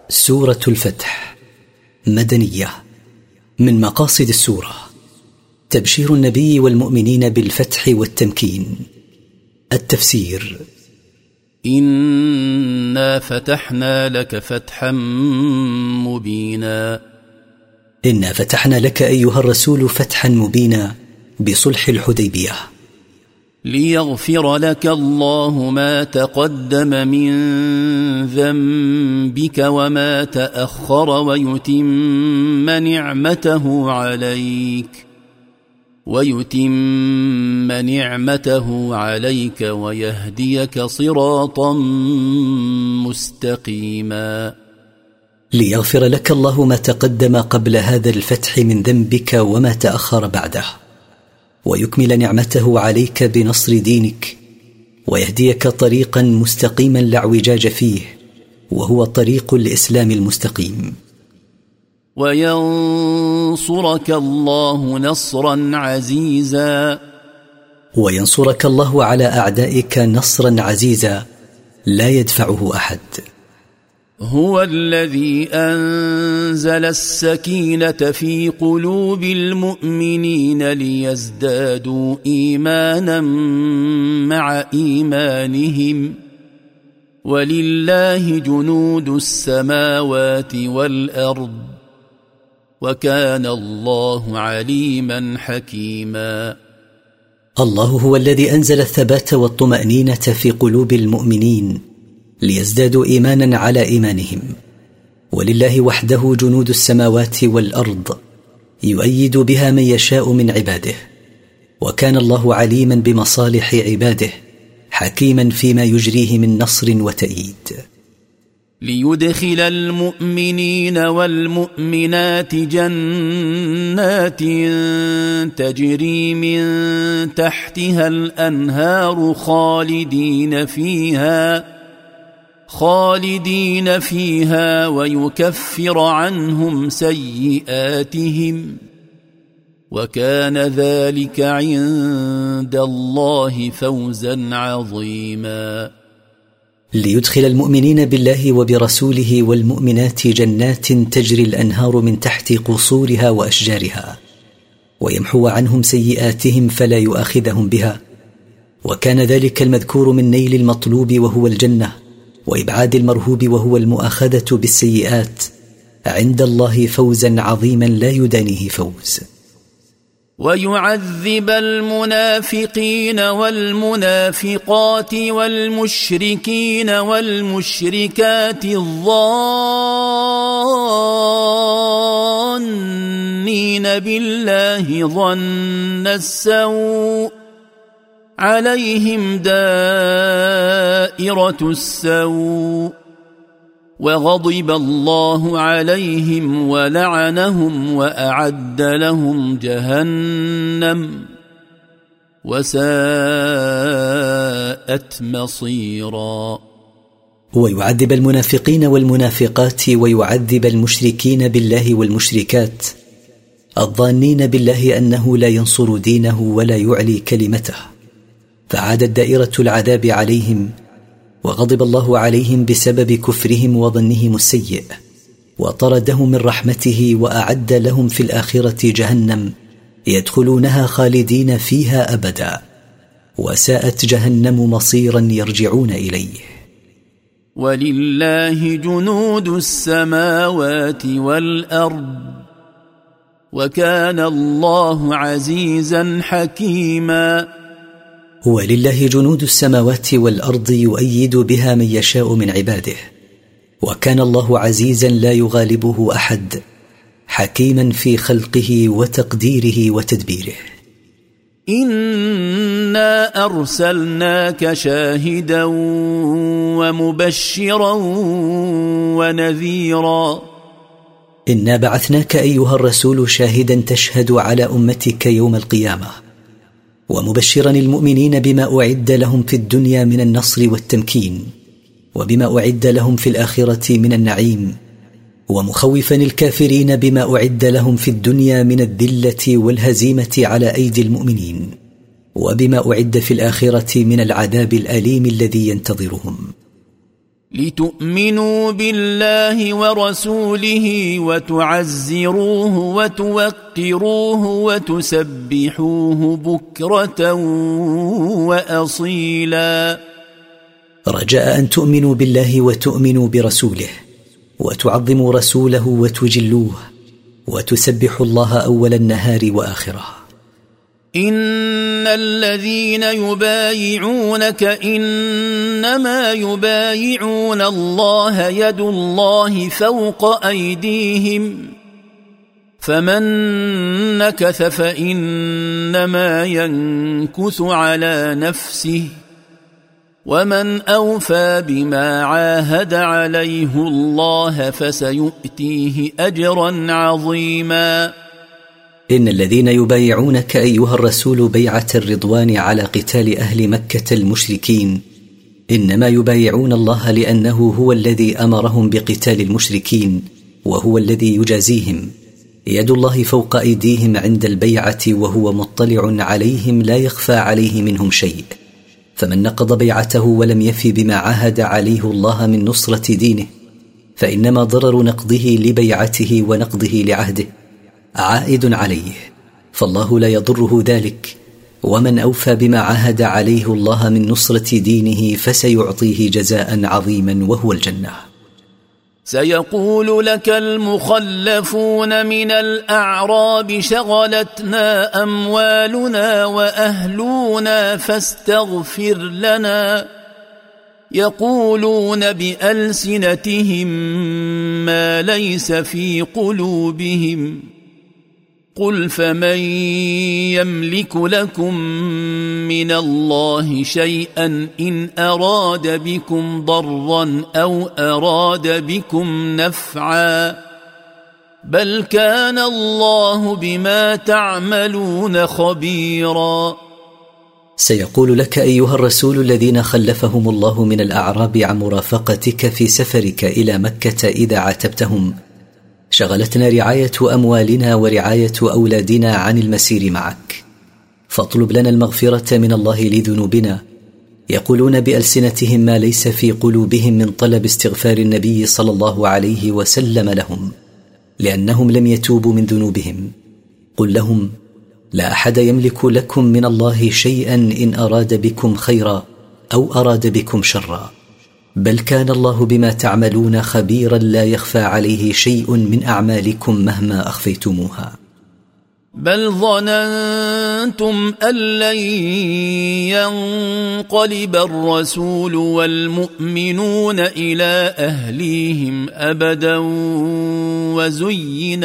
سورة الفتح مدنية. من مقاصد السورة تبشير النبي والمؤمنين بالفتح والتمكين. التفسير: إنا فتحنا لك فتحا مبينا. إنا فتحنا لك أيها الرسول فتحا مبينا بصلح الحديبية، ليغفر لك الله ما تقدم من ذنبك وما تأخر ويتم نعمته عليك ويهديك صراطا مستقيما. ليغفر لك الله ما تقدم قبل هذا الفتح من ذنبك وما تأخر بعده، ويكمل نعمته عليك بنصر دينك، ويهديك طريقا مستقيما لا اعوجاج فيه، وهو طريق الإسلام المستقيم. وينصرك الله نصرا عزيزا. وينصرك الله على أعدائك نصرا عزيزا لا يدفعه أحد. هو الذي أنزل السكينة في قلوب المؤمنين ليزدادوا إيمانا مع إيمانهم، ولله جنود السماوات والأرض، وكان الله عليما حكيما. الله هو الذي أنزل الثبات والطمأنينة في قلوب المؤمنين ليزدادوا إيمانا على إيمانهم، ولله وحده جنود السماوات والأرض يؤيد بها من يشاء من عباده، وكان الله عليما بمصالح عباده حكيما فيما يجريه من نصر وتأييد. ليدخل المؤمنين والمؤمنات جنات تجري من تحتها الأنهار خالدين فيها ويكفر عنهم سيئاتهم، وكان ذلك عند الله فوزا عظيما. ليدخل المؤمنين بالله وبرسوله والمؤمنات جنات تجري الأنهار من تحت قصورها وأشجارها، ويمحو عنهم سيئاتهم فلا يؤاخذهم بها، وكان ذلك المذكور من نيل المطلوب وهو الجنة، وإبعاد المرهوب وهو المؤاخذة بالسيئات عند الله فوزا عظيما لا يدانيه فوز. ويعذب المنافقين والمنافقات والمشركين والمشركات الظانين بالله ظن السوء، عليهم دائرة السوء، وغضب الله عليهم ولعنهم وأعد لهم جهنم وساءت مصيرا. ويعذب المنافقين والمنافقات ويعذب المشركين بالله والمشركات الظانين بالله أنه لا ينصر دينه ولا يعلي كلمته، فعادت دائرة العذاب عليهم، وغضب الله عليهم بسبب كفرهم وظنهم السيء، وطردهم من رحمته، وأعد لهم في الآخرة جهنم يدخلونها خالدين فيها أبدا، وساءت جهنم مصيرا يرجعون إليه. ولله جنود السماوات والأرض، وكان الله عزيزا حكيما. ولله جنود السماوات والأرض يؤيد بها من يشاء من عباده، وكان الله عزيزا لا يغالبه أحد حكيما في خلقه وتقديره وتدبيره. إنا أرسلناك شاهدا ومبشرا ونذيرا. إنا بعثناك أيها الرسول شاهدا تشهد على أمتك يوم القيامة، ومبشرا المؤمنين بما أعد لهم في الدنيا من النصر والتمكين، وبما أعد لهم في الآخرة من النعيم، ومخوفا الكافرين بما أعد لهم في الدنيا من الذلة والهزيمة على أيدي المؤمنين، وبما أعد في الآخرة من العذاب الأليم الذي ينتظرهم. لتؤمنوا بالله ورسوله وتعزروه وتوقروه وتسبحوه بكرة وأصيلا. رجاء أن تؤمنوا بالله وتؤمنوا برسوله وتعظموا رسوله وتجلوه وتسبحوا الله أول النهار وآخره. إن الذين يبايعونك إنما يبايعون الله يد الله فوق أيديهم فمن نكث فإنما ينكث على نفسه ومن أوفى بما عاهد عليه الله فسيؤتيه أجرا عظيما. إن الذين يبايعونك أيها الرسول بيعة الرضوان على قتال أهل مكة المشركين إنما يبايعون الله لأنه هو الذي أمرهم بقتال المشركين وهو الذي يجازيهم. يد الله فوق أيديهم عند البيعة وهو مطلع عليهم لا يخفى عليه منهم شيء. فمن نقض بيعته ولم يفي بما عاهد عليه الله من نصرة دينه فإنما ضرر نقضه لبيعته ونقضه لعهده عائد عليه، فالله لا يضره ذلك. ومن أوفى بما عاهد عليه الله من نصرة دينه فسيعطيه جزاء عظيما وهو الجنة. سيقول لك المخلفون من الأعراب شغلتنا أموالنا وأهلنا فاستغفر لنا يقولون بألسنتهم ما ليس في قلوبهم قل فمن يملك لكم من الله شيئا إن أراد بكم ضرا أو أراد بكم نفعا بل كان الله بما تعملون خبيرا. سيقول لك أيها الرسول الذين خلفهم الله من الأعراب عن مرافقتك في سفرك إلى مكة إذا عاتبتهم شغلتنا رعاية أموالنا ورعاية أولادنا عن المسير معك فاطلب لنا المغفرة من الله لذنوبنا. يقولون بألسنتهم ما ليس في قلوبهم من طلب استغفار النبي صلى الله عليه وسلم لهم لأنهم لم يتوبوا من ذنوبهم. قل لهم لا أحد يملك لكم من الله شيئا إن أراد بكم خيرا أو أراد بكم شرا بل كان الله بما تعملون خبيرا لا يخفى عليه شيء من أعمالكم مهما أخفيتموها. بل ظننتم أن لن ينقلب الرسول والمؤمنون إلى أهليهم أبدا وزين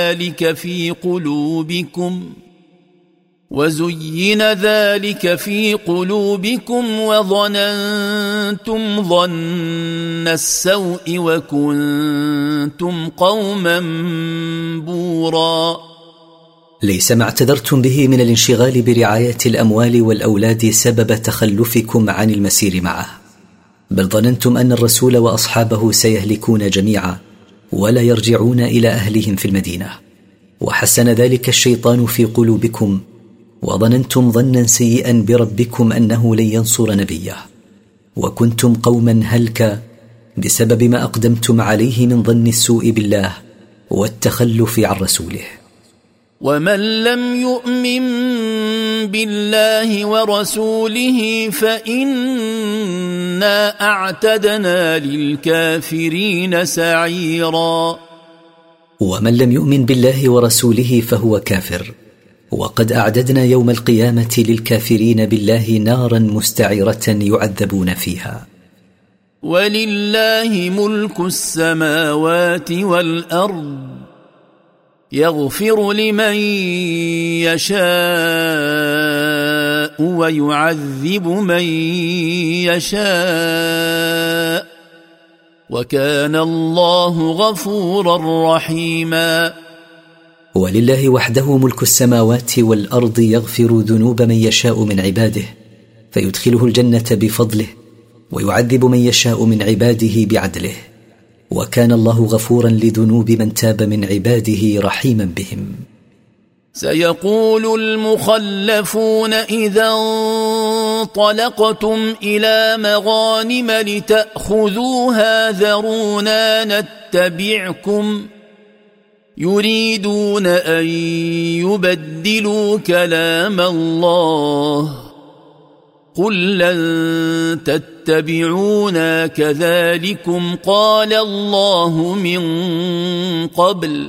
ذلك في قلوبكم وظننتم ظن السوء وكنتم قوما بورا. ليس ما اعتذرتم به من الانشغال برعاية الأموال والأولاد سبب تخلفكم عن المسير معه بل ظننتم أن الرسول وأصحابه سيهلكون جميعا ولا يرجعون إلى أهلهم في المدينة وحسن ذلك الشيطان في قلوبكم وظننتم ظنا سيئا بربكم أنه لن ينصر نبيه وكنتم قوما هلكا بسبب ما أقدمتم عليه من ظن السوء بالله والتخلف عن رسوله. ومن لم يؤمن بالله ورسوله فإنا أعتدنا للكافرين سعيرا. ومن لم يؤمن بالله ورسوله فهو كافر وقد أعددنا يوم القيامة للكافرين بالله نارا مستعرة يعذبون فيها. ولله ملك السماوات والأرض يغفر لمن يشاء ويعذب من يشاء وكان الله غفورا رحيما. ولله وحده ملك السماوات والأرض يغفر ذنوب من يشاء من عباده فيدخله الجنة بفضله ويعذب من يشاء من عباده بعدله وكان الله غفورا لذنوب من تاب من عباده رحيما بهم. سيقول المخلفون إذا انطلقتم إلى مغانم لتأخذوها ذرونا نتبعكم يريدون أن يبدلوا كلام الله قل لن تتبعونا كذلكم قال الله من قبل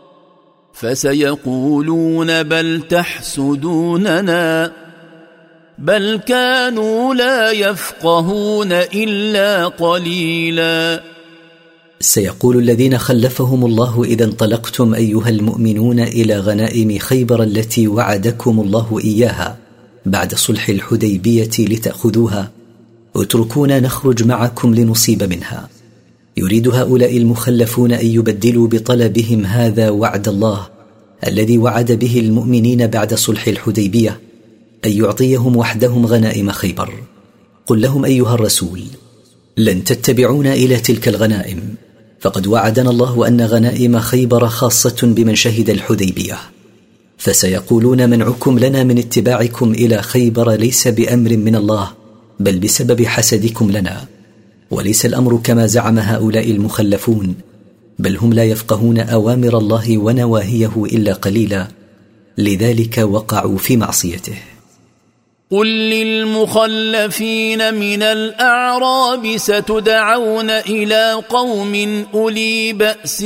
فسيقولون بل تحسدوننا بل كانوا لا يفقهون إلا قليلا. سيقول الذين خلفهم الله إذا انطلقتم أيها المؤمنون إلى غنائم خيبر التي وعدكم الله إياها بعد صلح الحديبية لتأخذوها اتركونا نخرج معكم لنصيب منها. يريد هؤلاء المخلفون أن يبدلوا بطلبهم هذا وعد الله الذي وعد به المؤمنين بعد صلح الحديبية أن يعطيهم وحدهم غنائم خيبر. قل لهم أيها الرسول لن تتبعونا إلى تلك الغنائم فقد وعدنا الله أن غنائم خيبر خاصة بمن شهد الحديبية. فسيقولون منعكم لنا من اتباعكم إلى خيبر ليس بأمر من الله بل بسبب حسدكم لنا، وليس الأمر كما زعم هؤلاء المخلفون بل هم لا يفقهون أوامر الله ونواهيه إلا قليلا لذلك وقعوا في معصيته. قل للمخلفين من الأعراب ستدعون إلى قوم أولي بأس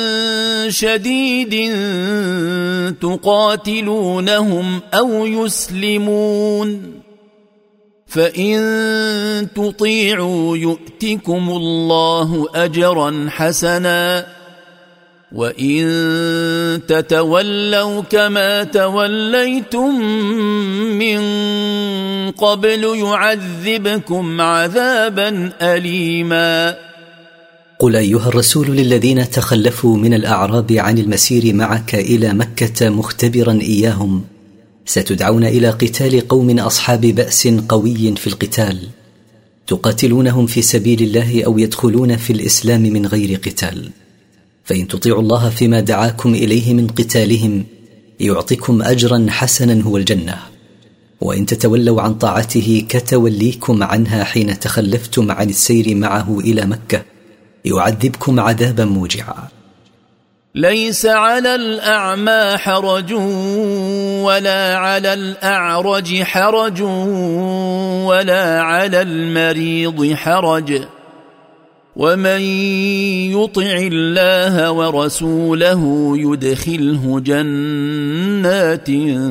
شديد تقاتلونهم أو يسلمون فإن تطيعوا يؤتكم الله أجرا حسنا وإن تتولوا كما توليتم من قبل يعذبكم عذابا أليما. قل أيها الرسول للذين تخلفوا من الأعراب عن المسير معك إلى مكة مختبرا إياهم ستدعون إلى قتال قوم أصحاب بأس قوي في القتال تقاتلونهم في سبيل الله أو يدخلون في الإسلام من غير قتال، فإن تطيعوا الله فيما دعاكم إليه من قتالهم يعطيكم أجرا حسنا هو الجنة، وإن تتولوا عن طاعته كتوليكم عنها حين تخلفتم عن السير معه إلى مكة يعذبكم عذابا موجعا. ليس على الأعمى حرج ولا على الأعرج حرج ولا على المريض حرج ومن يطع الله ورسوله يدخله جنات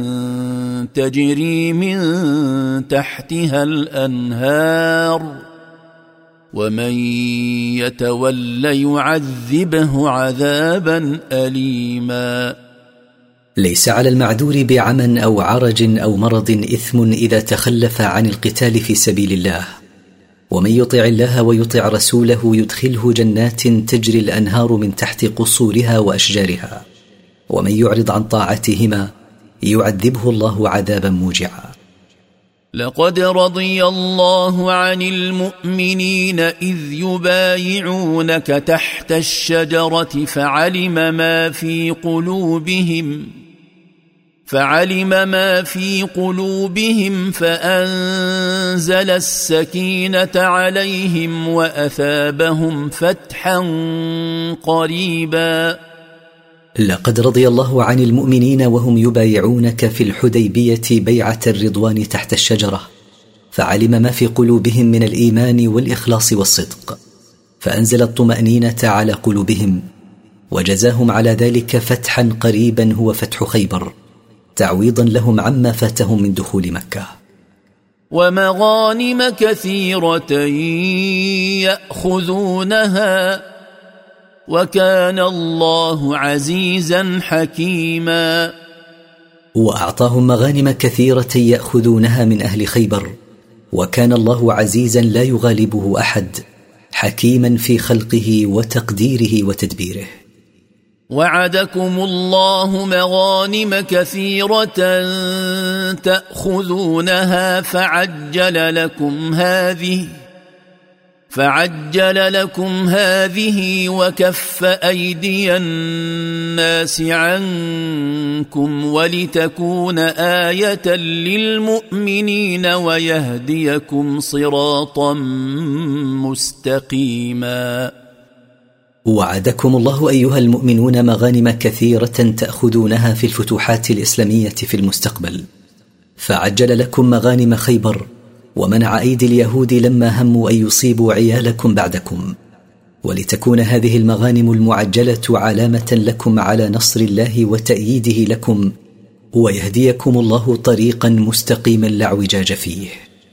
تجري من تحتها الأنهار ومن يتول يعذبه عذابا أليما. ليس على المعذور بعمى أو عرج أو مرض إثم إذا تخلف عن القتال في سبيل الله، ومن يطع الله ويطع رسوله يدخله جنات تجري الأنهار من تحت قصورها وأشجارها، ومن يعرض عن طاعتهما يعذبه الله عذابا موجعا. لقد رضي الله عن المؤمنين إذ يبايعونك تحت الشجرة فعلم ما في قلوبهم فأنزل السكينة عليهم وأثابهم فتحا قريبا. لقد رضي الله عن المؤمنين وهم يبايعونك في الحديبية بيعة الرضوان تحت الشجرة، فعلم ما في قلوبهم من الإيمان والإخلاص والصدق، فأنزل الطمأنينة على قلوبهم وجزاهم على ذلك فتحا قريبا هو فتح خيبر، تعويضا لهم عما فاتهم من دخول مكة. ومغانم كثيرة يأخذونها وكان الله عزيزا حكيما. وأعطاهم مغانم كثيرة يأخذونها من أهل خيبر، وكان الله عزيزا لا يغالبه أحد، حكيما في خلقه وتقديره وتدبيره. وعدكم الله مغانم كثيرة فعجل لكم هذه وكف أيدي الناس عنكم ولتكون آية للمؤمنين ويهديكم صراطا مستقيما. وعدكم الله أيها المؤمنون مغانم كثيرة تأخذونها في الفتوحات الإسلامية في المستقبل، فعجل لكم مغانم خيبر ومنع أيدي اليهود لما هموا أن يصيبوا عيالكم بعدكم، ولتكون هذه المغانم المعجلة علامة لكم على نصر الله وتأييده لكم، ويهديكم الله طريقا مستقيما لا اعوجاج فيه.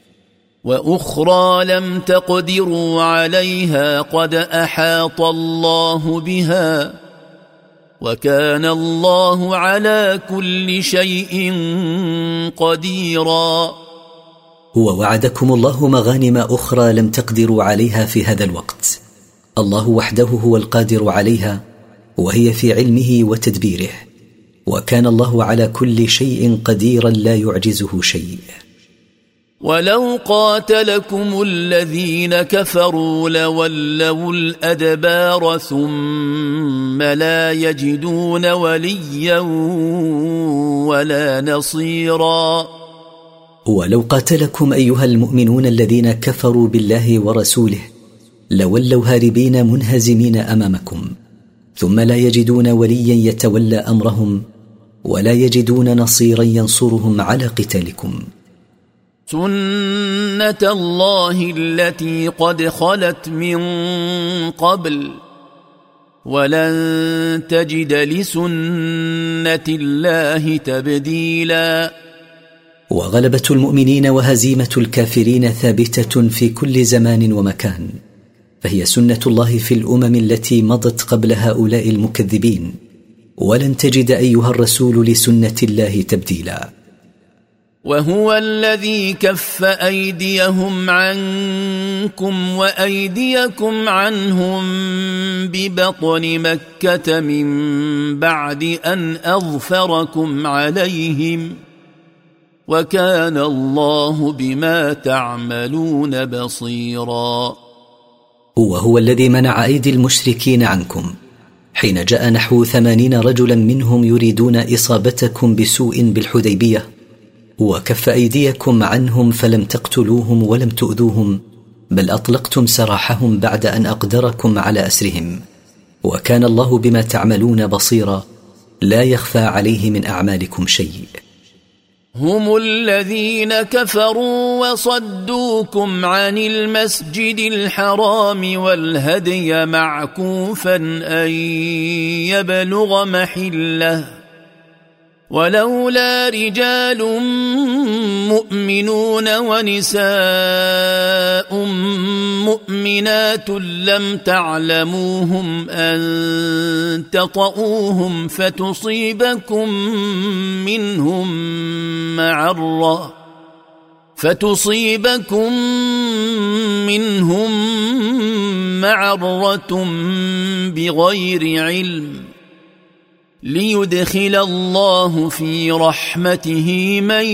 وأخرى لم تقدروا عليها قد أحاط الله بها وكان الله على كل شيء قديرا. ووعدكم الله مغانم أخرى لم تقدروا عليها في هذا الوقت، الله وحده هو القادر عليها وهي في علمه وتدبيره، وكان الله على كل شيء قديرا لا يعجزه شيء. ولو قاتلكم الذين كفروا لولوا الأدبار ثم لا يجدون وليا ولا نصيرا. ولو قاتلكم أيها المؤمنون الذين كفروا بالله ورسوله لولوا هاربين منهزمين أمامكم، ثم لا يجدون وليا يتولى أمرهم ولا يجدون نصيرا ينصرهم على قتالكم. سنة الله التي قد خلت من قبل ولن تجد لسنة الله تبديلا. وغلبة المؤمنين وهزيمة الكافرين ثابتة في كل زمان ومكان، فهي سنة الله في الأمم التي مضت قبل هؤلاء المكذبين، ولن تجد أيها الرسول لسنة الله تبديلا. وهو الذي كف أيديهم عنكم وأيديكم عنهم ببطن مكة من بعد أن أظفركم عليهم وكان الله بما تعملون بصيرا. وهو الذي منع أيدي المشركين عنكم حين جاء نحو 80 رجلا منهم يريدون إصابتكم بسوء بالحديبية، وكف أيديكم عنهم فلم تقتلوهم ولم تؤذوهم، بل أطلقتم سراحهم بعد أن أقدركم على أسرهم، وكان الله بما تعملون بصيرا لا يخفى عليه من أعمالكم شيء. هم الذين كفروا وصدوكم عن المسجد الحرام والهدي معكوفا أن يبلغ محله ولولا رجال مؤمنون ونساء مؤمنات لم تعلموهم أن تطؤوهم فتصيبكم منهم معرة بغير علم ليدخل الله في رحمته من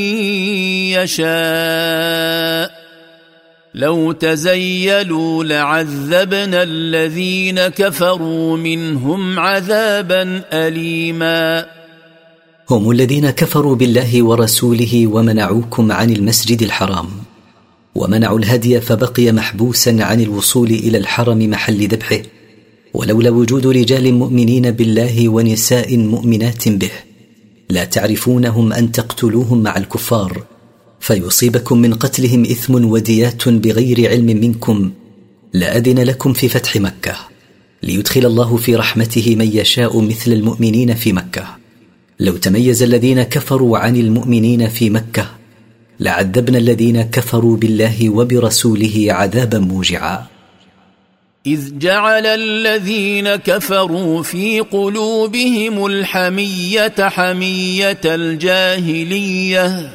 يشاء لو تزيلوا لعذبنا الذين كفروا منهم عذابا أليما. هم الذين كفروا بالله ورسوله ومنعوكم عن المسجد الحرام، ومنعوا الهدي فبقي محبوسا عن الوصول إلى الحرم محل ذبحه، ولولا وجود رجال مؤمنين بالله ونساء مؤمنات به لا تعرفونهم أن تقتلوهم مع الكفار فيصيبكم من قتلهم إثم وديات بغير علم منكم، لأذن لكم في فتح مكة ليدخل الله في رحمته من يشاء مثل المؤمنين في مكة. لو تميز الذين كفروا عن المؤمنين في مكة لعذبنا الذين كفروا بالله وبرسوله عذابا موجعا. إذ جعل الذين كفروا في قلوبهم الحمية حمية الجاهلية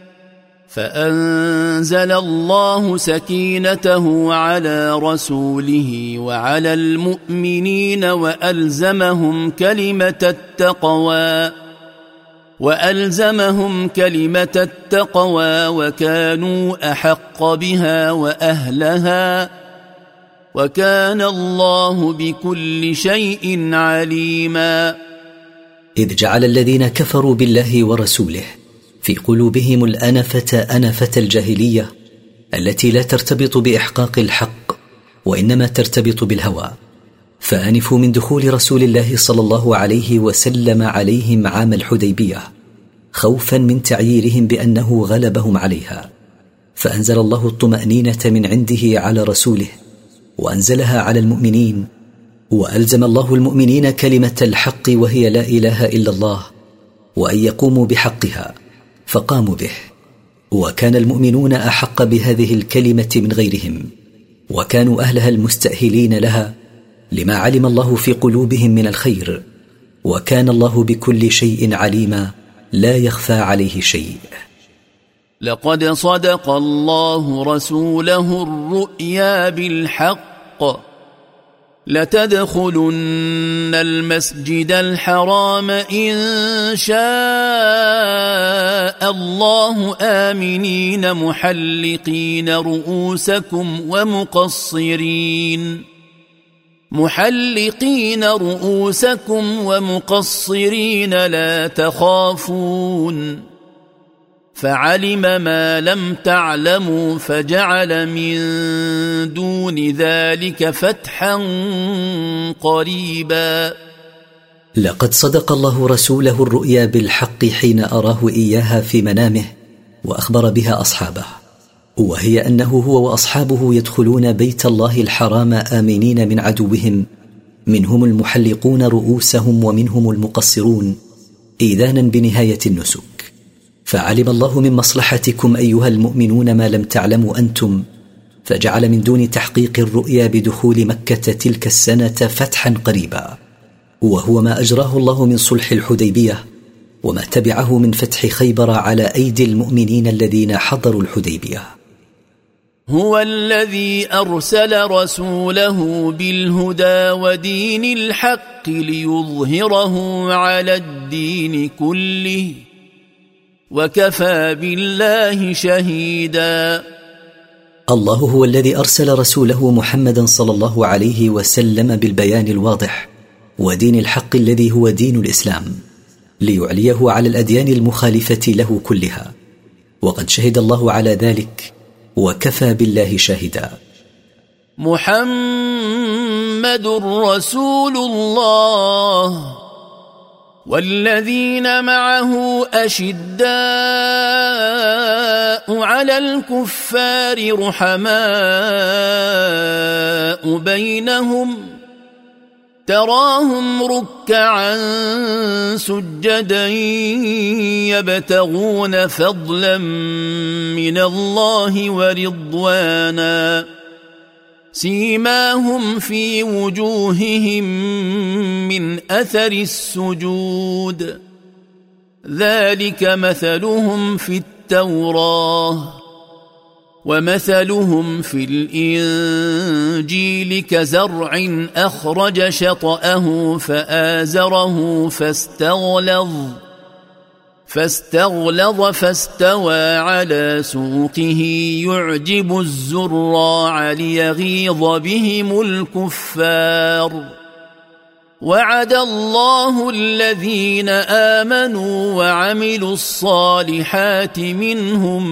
فأنزل الله سكينته على رسوله وعلى المؤمنين وألزمهم كلمة التقوى وكانوا أحق بها وأهلها وكان الله بكل شيء عليما. إذ جعل الذين كفروا بالله ورسوله في قلوبهم أنفة الجاهلية التي لا ترتبط بإحقاق الحق وإنما ترتبط بالهوى، فأنفوا من دخول رسول الله صلى الله عليه وسلم عليهم عام الحديبية خوفا من تعييرهم بأنه غلبهم عليها، فأنزل الله الطمأنينة من عنده على رسوله وأنزلها على المؤمنين، وألزم الله المؤمنين كلمة الحق وهي لا إله إلا الله، وأن يقوموا بحقها فقاموا به، وكان المؤمنون أحق بهذه الكلمة من غيرهم، وكانوا أهلها المستأهلين لها لما علم الله في قلوبهم من الخير، وكان الله بكل شيء عليما لا يخفى عليه شيء. لقد صدق الله رسوله الرؤيا بالحق لتدخلن المسجد الحرام إن شاء الله آمنين محلقين رؤوسكم ومقصرين لا تخافون، فعلم ما لم تعلموا فجعل من دون ذلك فتحا قريبا. لقد صدق الله رسوله الرؤيا بالحق حين أراه إياها في منامه وأخبر بها أصحابه، وهي أنه هو وأصحابه يدخلون بيت الله الحرام آمنين من عدوهم، منهم المحلقون رؤوسهم ومنهم المقصرون، إيذانا بنهاية النسك. فعلم الله من مصلحتكم أيها المؤمنون ما لم تعلموا أنتم، فجعل من دون تحقيق الرؤيا بدخول مكة تلك السنة فتحا قريبا، وهو ما أجراه الله من صلح الحديبية وما تبعه من فتح خيبر على أيدي المؤمنين الذين حضروا الحديبية. هو الذي أرسل رسوله بالهدى ودين الحق ليظهره على الدين كله وكفى بالله شهيدا. الله هو الذي أرسل رسوله محمدا صلى الله عليه وسلم بالبيان الواضح ودين الحق الذي هو دين الإسلام ليعليه على الأديان المخالفة له كلها، وقد شهد الله على ذلك وكفى بالله شاهدا. محمد رسول الله والذين معه أشداء على الكفار رحماء بينهم تراهم ركعا سجدا يبتغون فضلا من الله ورضوانا سيماهم في وجوههم من أثر السجود ذلك مثلهم في التوراة ومثلهم في الإنجيل كزرع أخرج شطأه فآزره فاستغلظ فاستوى على سوقه يعجب الزراع ليغيظ بهم الكفار وعد الله الذين آمنوا وعملوا الصالحات منهم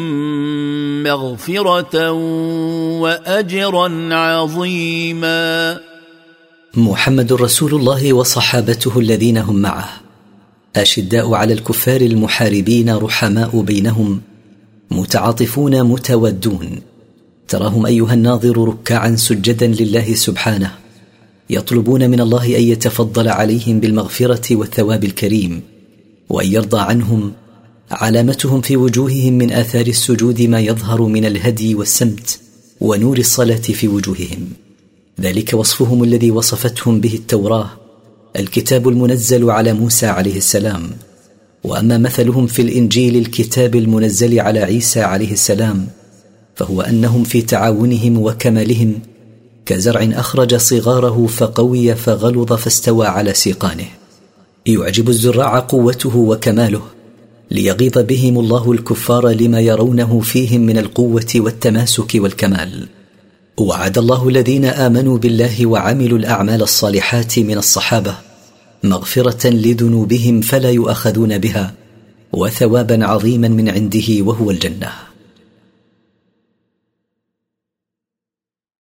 مغفرة وأجرا عظيما. محمد رسول الله وصحابته الذين هم معه أشداء على الكفار المحاربين رحماء بينهم متعاطفون متودون، تراهم أيها الناظر ركعا سجدا لله سبحانه يطلبون من الله أن يتفضل عليهم بالمغفرة والثواب الكريم وأن يرضى عنهم. علامتهم في وجوههم من آثار السجود ما يظهر من الهدي والسمت ونور الصلاة في وجوههم، ذلك وصفهم الذي وصفتهم به التوراة الكتاب المنزل على موسى عليه السلام. وأما مثلهم في الإنجيل الكتاب المنزل على عيسى عليه السلام فهو أنهم في تعاونهم وكمالهم كزرع أخرج صغاره فقوي فغلظ فاستوى على سيقانه، يعجب الزراع قوته وكماله ليغيظ بهم الله الكفار لما يرونه فيهم من القوة والتماسك والكمال. وعد الله الذين آمنوا بالله وعملوا الأعمال الصالحات من الصحابة مغفرة لذنوبهم فلا يؤاخذون بها، وثوابا عظيما من عنده وهو الجنة.